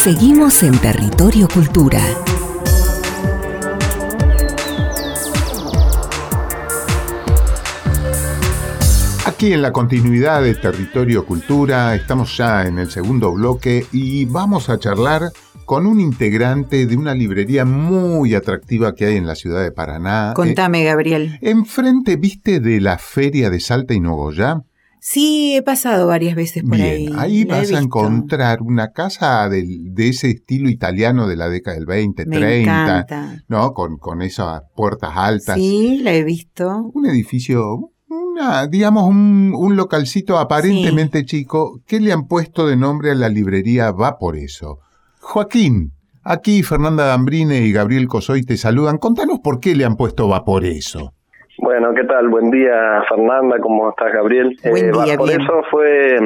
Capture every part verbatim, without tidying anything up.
Seguimos en Territorio Cultura. Aquí en la continuidad de Territorio Cultura, estamos ya en el segundo bloque y vamos a charlar con un integrante de una librería muy atractiva que hay en la ciudad de Paraná. Contame, eh, Gabriel. Enfrente, ¿viste de la feria de Salta y Nogoyá? Sí, he pasado varias veces por Bien, ahí. Ahí La vas a encontrar una casa de, de ese estilo italiano de la década del veinte, Me treinta, encanta. ¿no? Con, con esas puertas altas. Sí, la he visto. Un edificio, una, digamos, un, un localcito aparentemente sí. chico. ¿Qué le han puesto de nombre a la librería Va por eso? Joaquín, aquí Fernanda Dambrine y Gabriel Cosoy te saludan. Contanos por qué le han puesto Va por eso. Bueno, ¿qué tal? Buen día, Fernanda. ¿Cómo estás, Gabriel? Buen día, eh, por bien. eso fue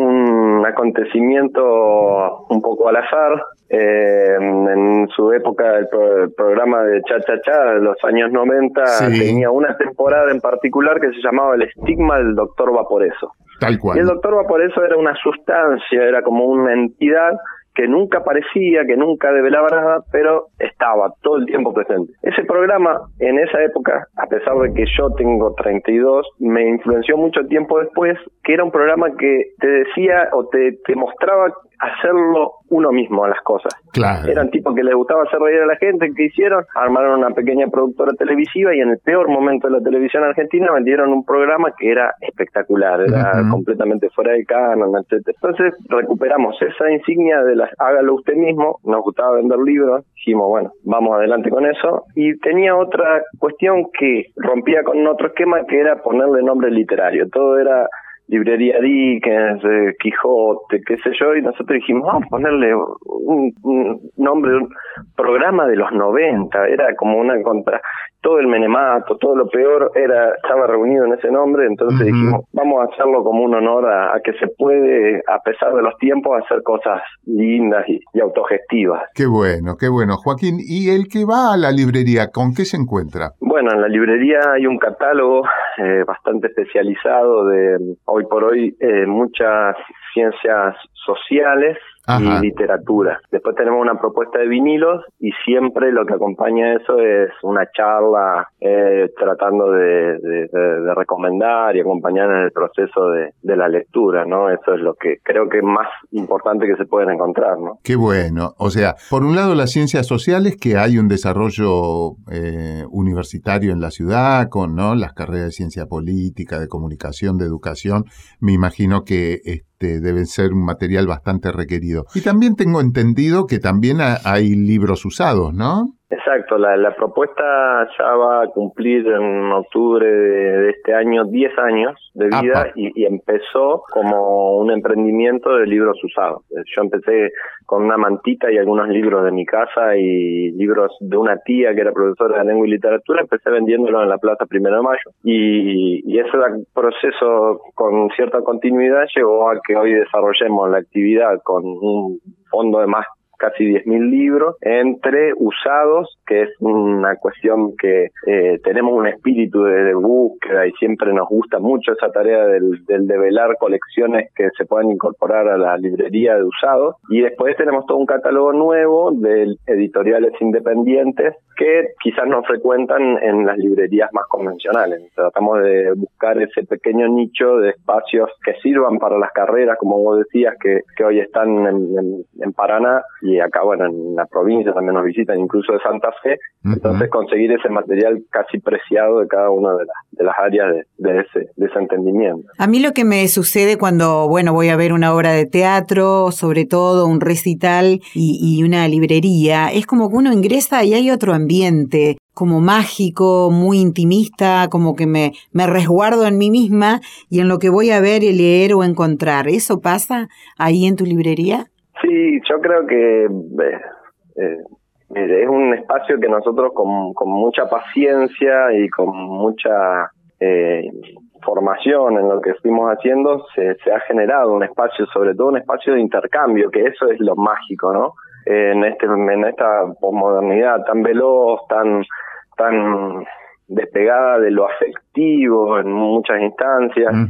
un acontecimiento un poco al azar. Eh, en su época, el, pro, el programa de Cha Cha Cha de los años noventa sí. tenía una temporada en particular que se llamaba El estigma del doctor Va por eso. Tal cual. Y el doctor Va por eso era una sustancia, era como una entidad que nunca aparecía, que nunca develaba nada, pero estaba todo el tiempo presente. Ese programa, en esa época, a pesar de que yo tengo treinta y dos, me influenció mucho tiempo después, que era un programa que te decía o te, te mostraba hacerlo uno mismo a las cosas. Claro. Eran tipos que les gustaba hacer reír a la gente. ¿Qué hicieron? Armaron una pequeña productora televisiva y en el peor momento de la televisión argentina vendieron un programa que era espectacular, era uh-huh. completamente fuera del canon, etcétera. Entonces recuperamos esa insignia de las hágalo usted mismo. Nos gustaba vender libros, dijimos, bueno, vamos adelante con eso. Y tenía otra cuestión que rompía con otro esquema, que era ponerle nombre literario. Todo era Librería Dickens, eh, Quijote, qué sé yo, y nosotros dijimos, vamos a ponerle un, un nombre, un programa de los noventa, era como una contra, todo el menemato, todo lo peor era estaba reunido en ese nombre, entonces uh-huh. dijimos, vamos a hacerlo como un honor a, a que se puede, a pesar de los tiempos, hacer cosas lindas y, y autogestivas. Qué bueno, qué bueno. Joaquín, ¿y el que va a la librería, con qué se encuentra? Bueno, en la librería hay un catálogo eh, bastante especializado de, hoy por hoy, eh, muchas ciencias sociales, Ajá. y literatura. Después tenemos una propuesta de vinilos y siempre lo que acompaña a eso es una charla eh, tratando de, de, de, de recomendar y acompañar en el proceso de, de la lectura, ¿no? Eso es lo que creo que es más importante que se pueden encontrar, ¿no? Qué bueno. O sea, por un lado las ciencias sociales, que hay un desarrollo eh, universitario en la ciudad con, ¿no?, las carreras de ciencia política, de comunicación, de educación. Me imagino que este, deben ser un material bastante requerido. Y también tengo entendido que también hay libros usados, ¿no? Exacto, la, la propuesta ya va a cumplir en octubre de, de este año diez años de vida y, y empezó como un emprendimiento de libros usados. Yo empecé con una mantita y algunos libros de mi casa y libros de una tía que era profesora de lengua y literatura, empecé vendiéndolos en la Plaza Primero de Mayo y, y ese proceso con cierta continuidad llevó a que hoy desarrollemos la actividad con un fondo de más casi diez mil libros, entre usados, que es una cuestión que eh, tenemos un espíritu de, de búsqueda y siempre nos gusta mucho esa tarea del, del develar colecciones que se puedan incorporar a la librería de usados, y después tenemos todo un catálogo nuevo de editoriales independientes que quizás no frecuentan en las librerías más convencionales. Tratamos de buscar ese pequeño nicho de espacios que sirvan para las carreras, como vos decías, que, que hoy están en, en, en Paraná, y acá, bueno, en la provincia también nos visitan, incluso de Santa Fe. Uh-huh. Entonces conseguir ese material casi preciado de cada una de las, de las áreas de, de, ese, de ese entendimiento. A mí lo que me sucede cuando, bueno, voy a ver una obra de teatro, sobre todo un recital y, y una librería, es como que uno ingresa y hay otro ambiente, como mágico, muy intimista, como que me, me resguardo en mí misma y en lo que voy a ver, leer o encontrar. ¿Eso pasa ahí en tu librería? Sí, yo creo que eh, eh, es un espacio que nosotros con, con mucha paciencia y con mucha eh, formación en lo que estuvimos haciendo, se, se ha generado un espacio, sobre todo un espacio de intercambio, que eso es lo mágico, ¿no? Eh, en este en esta posmodernidad tan veloz, tan tan despegada de lo afectivo en muchas instancias, uh-huh.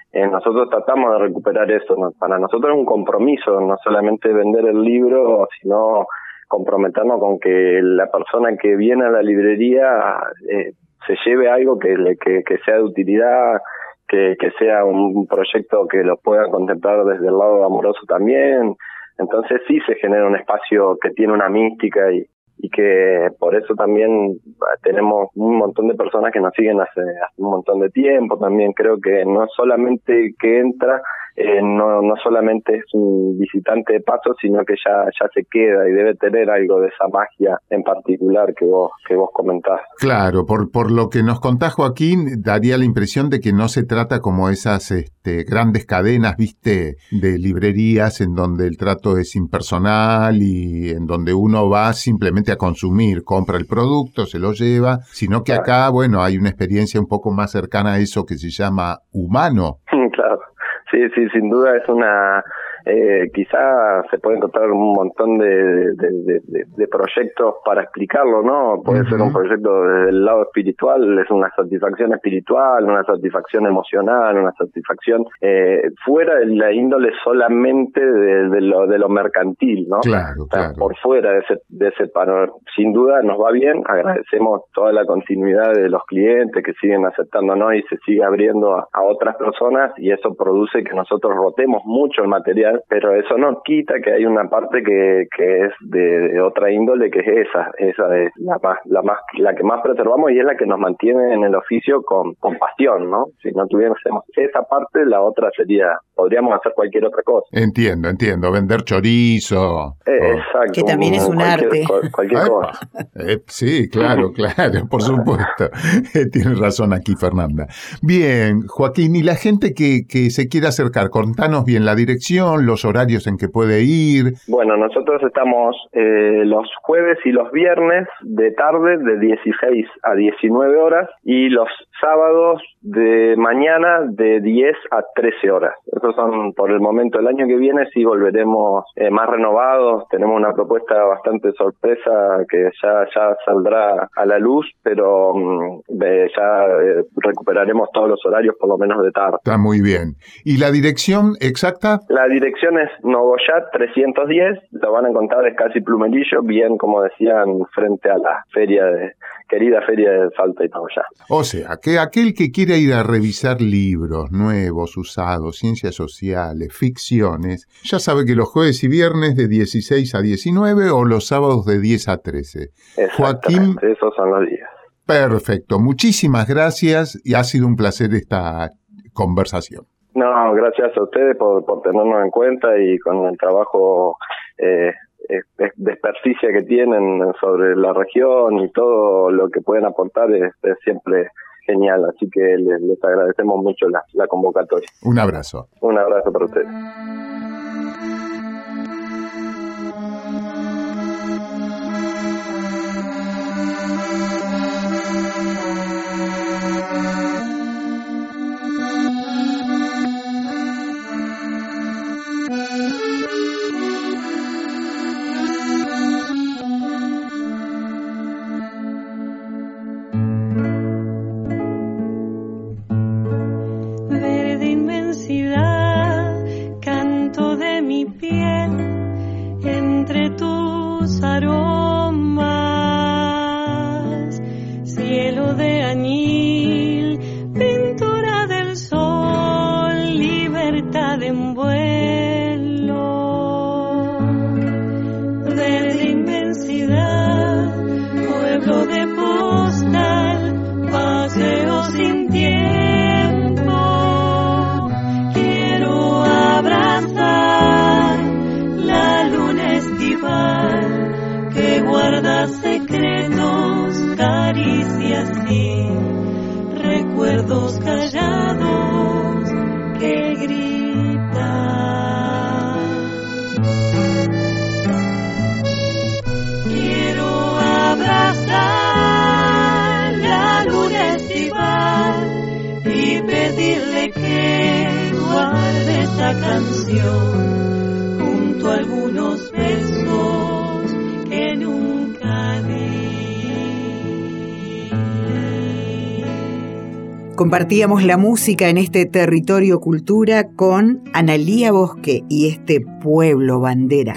eh, nosotros tratamos de recuperar eso, ¿no? Para nosotros es un compromiso, no solamente vender el libro, sino comprometernos con que la persona que viene a la librería eh, se lleve algo que, le, que, que sea de utilidad, que, que sea un proyecto que lo pueda contemplar desde el lado amoroso también. Entonces sí se genera un espacio que tiene una mística y, y que por eso también tenemos un montón de personas que nos siguen hace, hace un montón de tiempo. También creo que no solamente que entra, eh, no no solamente es un visitante de paso, sino que ya ya se queda y debe tener algo de esa magia en particular que vos que vos comentás. Claro, por por lo que nos contás, Joaquín, daría la impresión de que no se trata como esas este, grandes cadenas, viste, de librerías en donde el trato es impersonal y en donde uno va simplemente a consumir, compra el producto, se lo lleva, sino que acá, bueno, hay una experiencia un poco más cercana a eso que se llama humano. Claro. Sí, sí, sin duda es una... Eh, quizá se puede encontrar un montón de, de, de, de, de proyectos para explicarlo, ¿no? Puede uh-huh. ser un proyecto desde el lado espiritual, es una satisfacción espiritual, una satisfacción emocional, una satisfacción eh, fuera de la índole solamente de, de, lo, de lo mercantil, ¿no? Claro, o sea, claro. Por fuera de ese, de ese panorama. Sin duda nos va bien, agradecemos toda la continuidad de los clientes que siguen aceptándonos y se sigue abriendo a, a otras personas, y eso produce que nosotros rotemos mucho el material, pero eso no quita que hay una parte que, que es de, de otra índole, que es esa, esa es la más, la más, la que más preservamos y es la que nos mantiene en el oficio con, con pasión, ¿no? Si no tuviésemos esa parte, la otra sería, podríamos hacer cualquier otra cosa. Entiendo, entiendo, vender chorizo. Eh, o... Exacto. Que también es un cualquier, arte. Cual, cualquier Ay, cosa. Eh, sí, claro, claro, por supuesto. Tienes razón aquí, Fernanda. Bien, Joaquín, y la gente que, que se quiera acercar, contanos bien la dirección, los horarios en que puede ir. Bueno, nosotros estamos eh, los jueves y los viernes de tarde de dieciséis a diecinueve horas y los sábados de mañana de diez a trece horas. Esos son por el momento. El año que viene sí volveremos eh, más renovados. Tenemos una propuesta bastante sorpresa que ya ya saldrá a la luz, pero um, eh, ya eh, recuperaremos todos los horarios por lo menos de tarde. Está muy bien. ¿Y la dirección exacta? La dirección es Nogoyat trescientos diez, lo van a encontrar, es casi Plumerillo, bien como decían, frente a la feria de querida feria de Salta y Nogoyat. O sea, que aquel que quiera ir a revisar libros nuevos, usados, ciencias sociales, ficciones, ya sabe que los jueves y viernes de dieciséis a diecinueve o los sábados de diez a trece. Joaquín, esos son los días. Perfecto, muchísimas gracias y ha sido un placer esta conversación. No, gracias a ustedes por, por tenernos en cuenta y con el trabajo eh, de experticia que tienen sobre la región y todo lo que pueden aportar es, es siempre genial. Así que les, les agradecemos mucho la, la convocatoria. Un abrazo. Un abrazo para ustedes. Compartíamos la música en este Territorio Cultura con Analía Bosque y este Pueblo Bandera.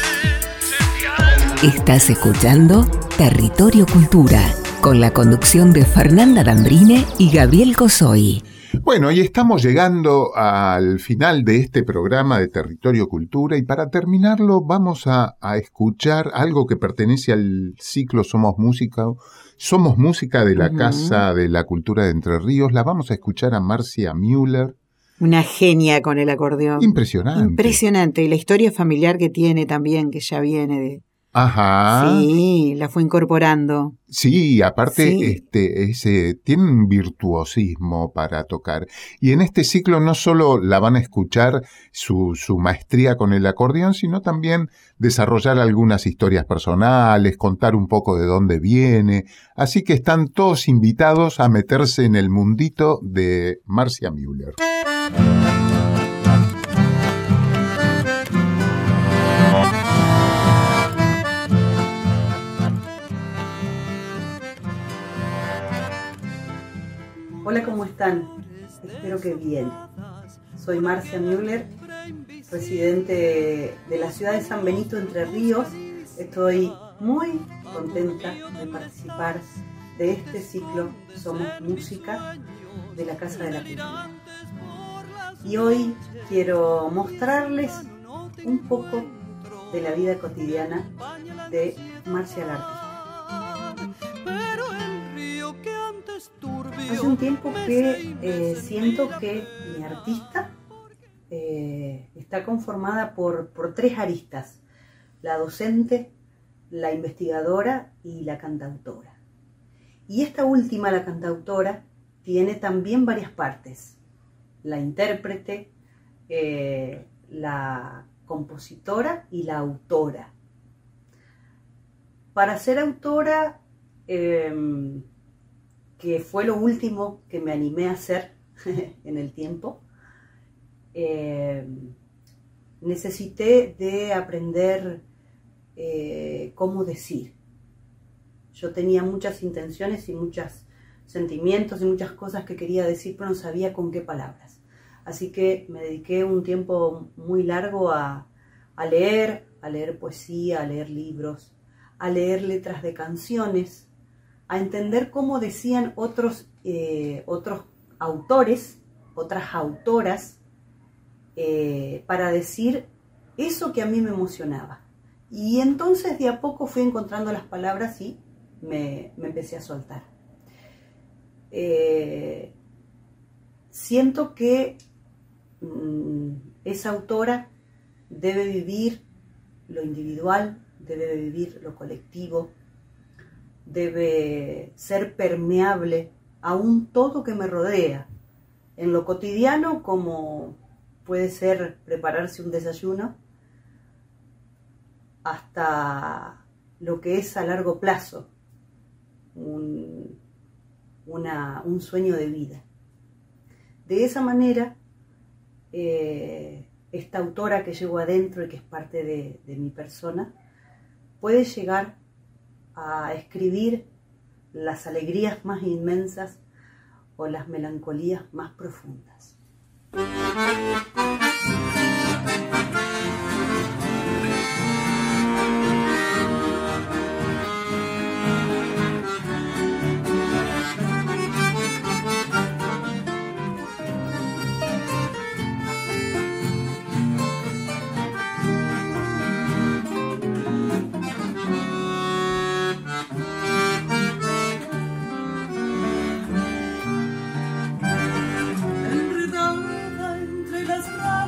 Estás escuchando Territorio Cultura, con la conducción de Fernanda Dambrine y Gabriel Cosoy. Bueno, y estamos llegando al final de este programa de Territorio Cultura, y para terminarlo vamos a, a escuchar algo que pertenece al ciclo Somos Música, Somos Música de la uh-huh. Casa de la Cultura de Entre Ríos. La vamos a escuchar a Marcia Müller. Una genia con el acordeón. Impresionante. Impresionante, y la historia familiar que tiene también, que ya viene de... Ajá. Sí, la fue incorporando. Sí, aparte sí. este ese tiene un virtuosismo para tocar. Y en este ciclo no solo la van a escuchar su, su maestría con el acordeón, sino también desarrollar algunas historias personales, contar un poco de dónde viene. Así que están todos invitados a meterse en el mundito de Marcia Müller. Hola, ¿cómo están? Espero que bien. Soy Marcia Müller, residente de la ciudad de San Benito, Entre Ríos. Estoy muy contenta de participar de este ciclo Somos Música de la Casa de la Cultura. Y hoy quiero mostrarles un poco de la vida cotidiana de Marcia la artista. Hace un tiempo que eh, siento que mi artista eh, está conformada por, por tres aristas: la docente, la investigadora y la cantautora. Y esta última, la cantautora, tiene también varias partes: la intérprete, eh, la compositora y la autora. Para ser autora, eh, que fue lo último que me animé a hacer en el tiempo, eh, necesité de aprender eh, cómo decir. Yo tenía muchas intenciones y muchos sentimientos y muchas cosas que quería decir, pero no sabía con qué palabras. Así que me dediqué un tiempo muy largo a, a leer, a leer poesía, a leer libros, a leer letras de canciones, a entender cómo decían otros, eh, otros autores, otras autoras, eh, para decir eso que a mí me emocionaba. Y entonces de a poco fui encontrando las palabras y me, me empecé a soltar. Eh, siento que mmm, esa autora debe vivir lo individual, debe vivir lo colectivo, debe ser permeable a un todo que me rodea, en lo cotidiano, como puede ser prepararse un desayuno, hasta lo que es a largo plazo, un, una, un sueño de vida. De esa manera, eh, esta autora que llevo adentro y que es parte de, de mi persona, puede llegar a escribir las alegrías más inmensas o las melancolías más profundas. Enredada entre las ramas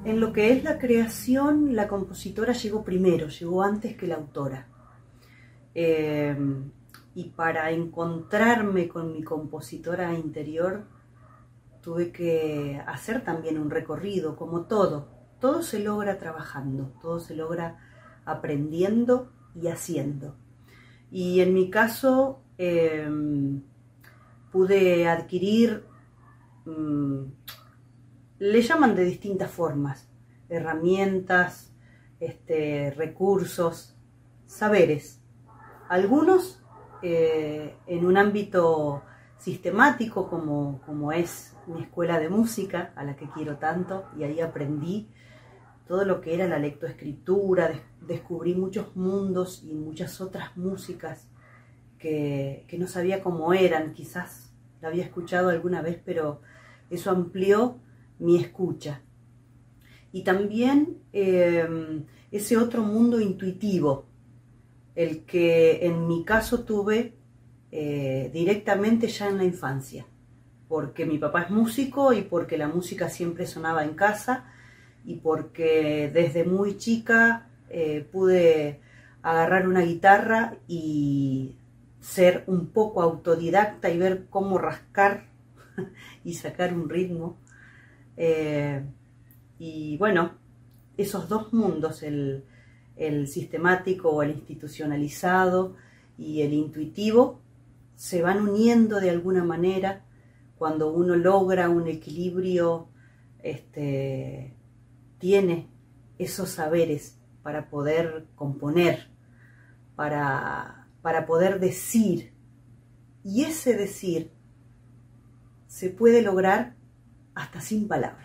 En lo que es la creación, la compositora llegó primero, llegó antes que la autora. Eh, y para encontrarme con mi compositora interior, tuve que hacer también un recorrido, como todo. Todo se logra trabajando, todo se logra aprendiendo y haciendo. Y en mi caso, eh, pude adquirir... Mmm, le llaman de distintas formas, herramientas, este, recursos, saberes. Algunos eh, en un ámbito sistemático como, como es mi escuela de música, a la que quiero tanto, y ahí aprendí todo lo que era la lectoescritura, des descubrí muchos mundos y muchas otras músicas que, que no sabía cómo eran, quizás la había escuchado alguna vez, pero eso amplió mi escucha. Y también eh, ese otro mundo intuitivo, el que en mi caso tuve eh, directamente ya en la infancia, porque mi papá es músico y porque la música siempre sonaba en casa y porque desde muy chica eh, pude agarrar una guitarra y ser un poco autodidacta y ver cómo rascar y sacar un ritmo. Eh, y bueno, esos dos mundos, el, el sistemático o el institucionalizado y el intuitivo, se van uniendo de alguna manera cuando uno logra un equilibrio, este, tiene esos saberes para poder componer, para, para poder decir, y ese decir se puede lograr hasta sin palabras.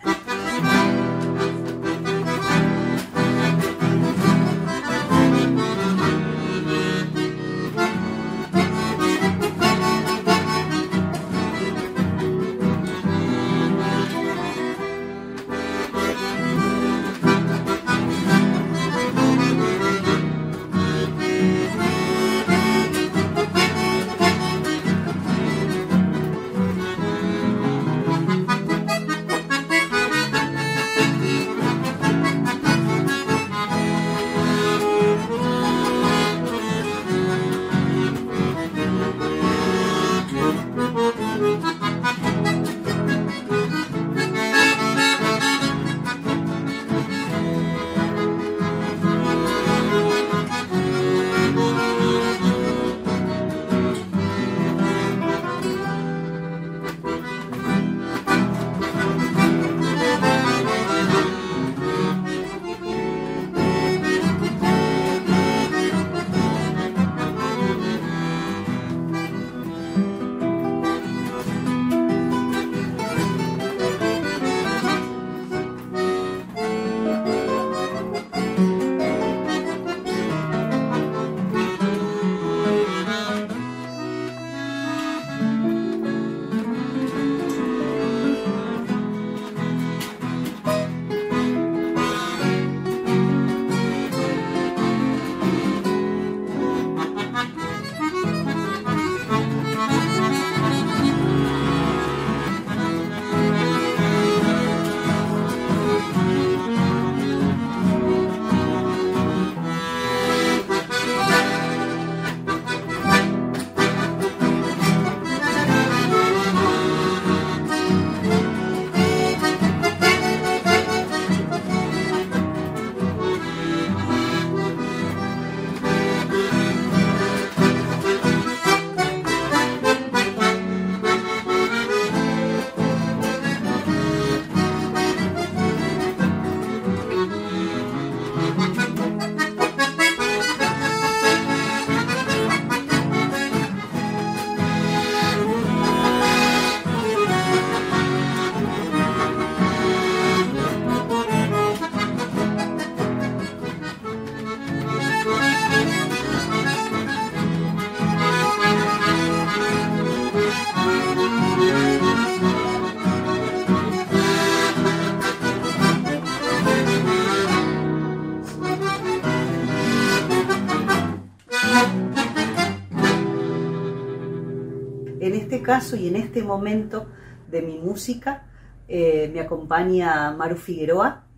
En este caso y en este momento de mi música eh, me acompaña Maru Figueroa,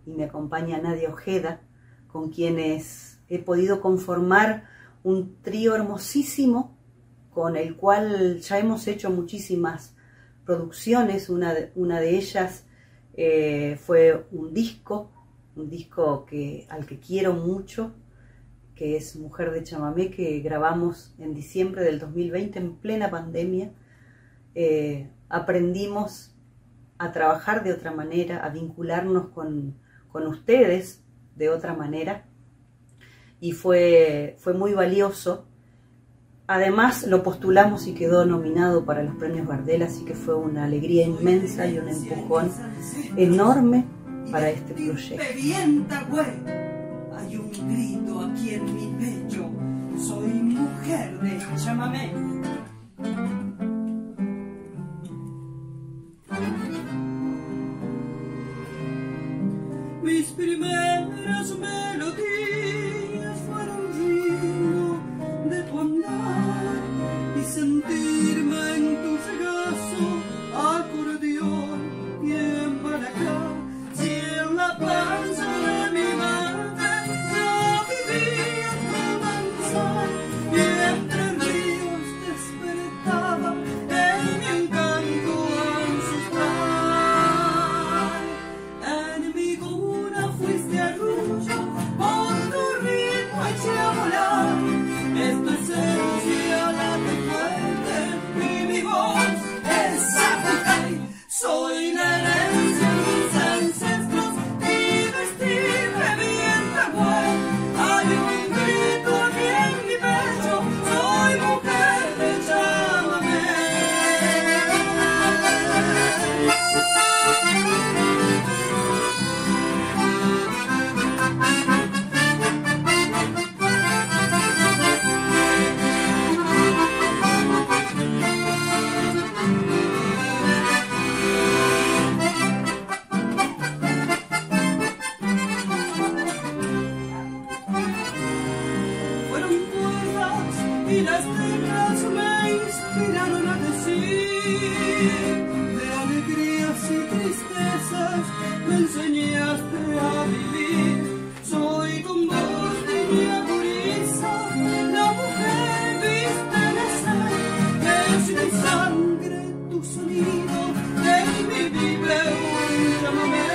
y me acompaña Nadia Ojeda, con quienes he podido conformar un trío hermosísimo con el cual ya hemos hecho muchísimas producciones. Una de, una de ellas eh, fue un disco, un disco que, al que quiero mucho, que es Mujer de Chamamé, que grabamos en diciembre del dos mil veinte en plena pandemia. Eh, aprendimos a trabajar de otra manera, a vincularnos con, con ustedes de otra manera, y fue, fue muy valioso. Además lo postulamos y quedó nominado para los premios Gardel, así que fue una alegría inmensa y un empujón enorme para este proyecto. Hay un grito aquí en mi pecho, soy mujer de chamamé. Mis primeras melodías fueron ritmo de tu andar y sentirme en tu regazo, acordeón y en Maracá. Si en la panza de mi madre yo vivía tu danzar, y entre ríos despertaba en mi encanto ancestral. En mi cuna fuiste arrullo, con tu ritmo eché a volar. Esto es esencia, late fuerte, y mi voz es Zapucay. Soy la herencia de mis ancestros y vestir revienta guay. Hay un grito aquí en mi pecho, soy mujer de chamamé. Fueron cuerdas y las teclas me inspiraron a decir. De alegrías y tristezas me enseñaste a vivir. Soy con voz niña gurisa, la mujer viste nacer. Es mi sangre tu sonido, en mi vive un chamamé.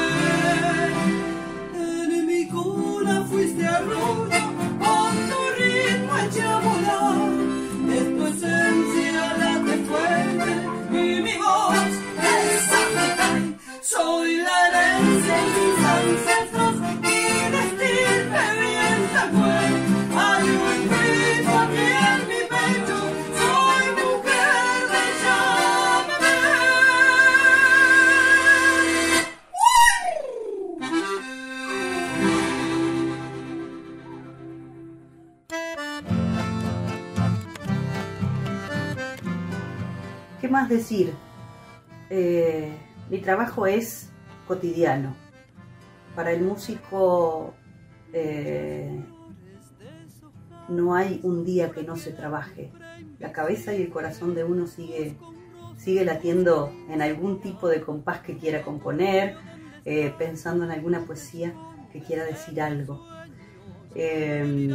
En mi cuna fuiste arrullo, con tu ritmo eché a volar. Es tu esencia, late fuerte, y mi voz es Zapucay. Soy la herencia de mis ancestros y vestir revienta güey. Hay un grito aquí en mi pecho, soy mujer de chamamé. ¿Qué más decir? Eh, mi trabajo es cotidiano. Para el músico eh, no hay un día que no se trabaje. La cabeza y el corazón de uno sigue, sigue latiendo en algún tipo de compás que quiera componer, eh, pensando en alguna poesía que quiera decir algo. Eh,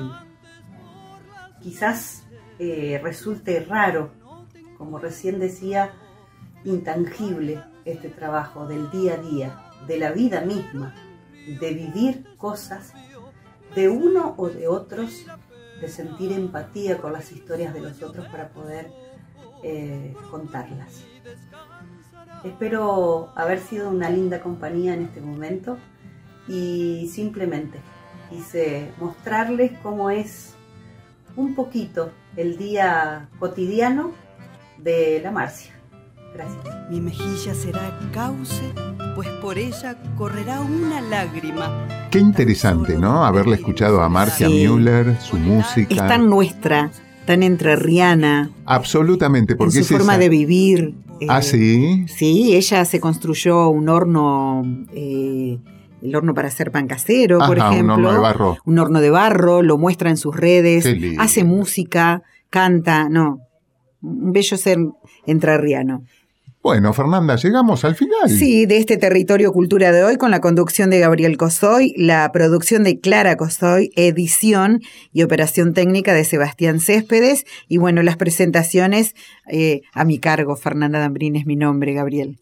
quizás eh, resulte raro, como recién decía, intangible este trabajo del día a día, de la vida misma, de vivir cosas de uno o de otros, de sentir empatía con las historias de los otros para poder eh, contarlas. Espero haber sido una linda compañía en este momento y simplemente quise mostrarles cómo es un poquito el día cotidiano de la Marcia. Gracias. Mi mejilla será cauce, pues por ella correrá una lágrima. Qué interesante, ¿no? Haberle escuchado a Marcia Sí. Müller, su música. Es tan nuestra, tan entrerriana, Absolutamente, en porque su es forma esa. de vivir. eh, Ah, sí. Sí, ella se construyó un horno, eh, el horno para hacer pan casero, por Ajá, un ejemplo. horno de barro. Un horno de barro, lo muestra en sus redes, Qué lindo. hace música, canta, no, un bello ser entrerriano. Bueno, Fernanda, llegamos al final. Sí, de este Territorio Cultura de hoy, con la conducción de Gabriel Cosoy, la producción de Clara Cosoy, edición y operación técnica de Sebastián Céspedes, y bueno, las presentaciones eh, a mi cargo. Fernanda Dambrini es mi nombre, Gabriel.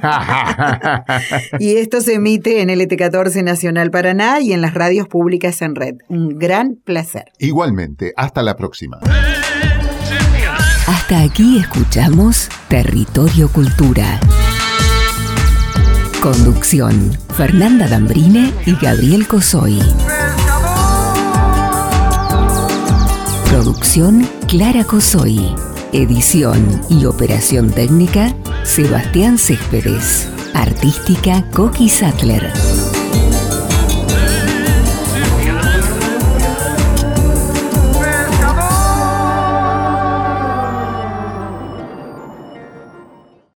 Y esto se emite en L T catorce Nacional Paraná y en las radios públicas en red. Un gran placer. Igualmente, hasta la próxima. Hasta aquí escuchamos Territorio Cultura. Conducción, Fernanda Dambrini y Gabriel Cosoy. Producción, Clara Cosoy. Edición y operación técnica, Sebastián Céspedes. Artística, Coqui Sattler.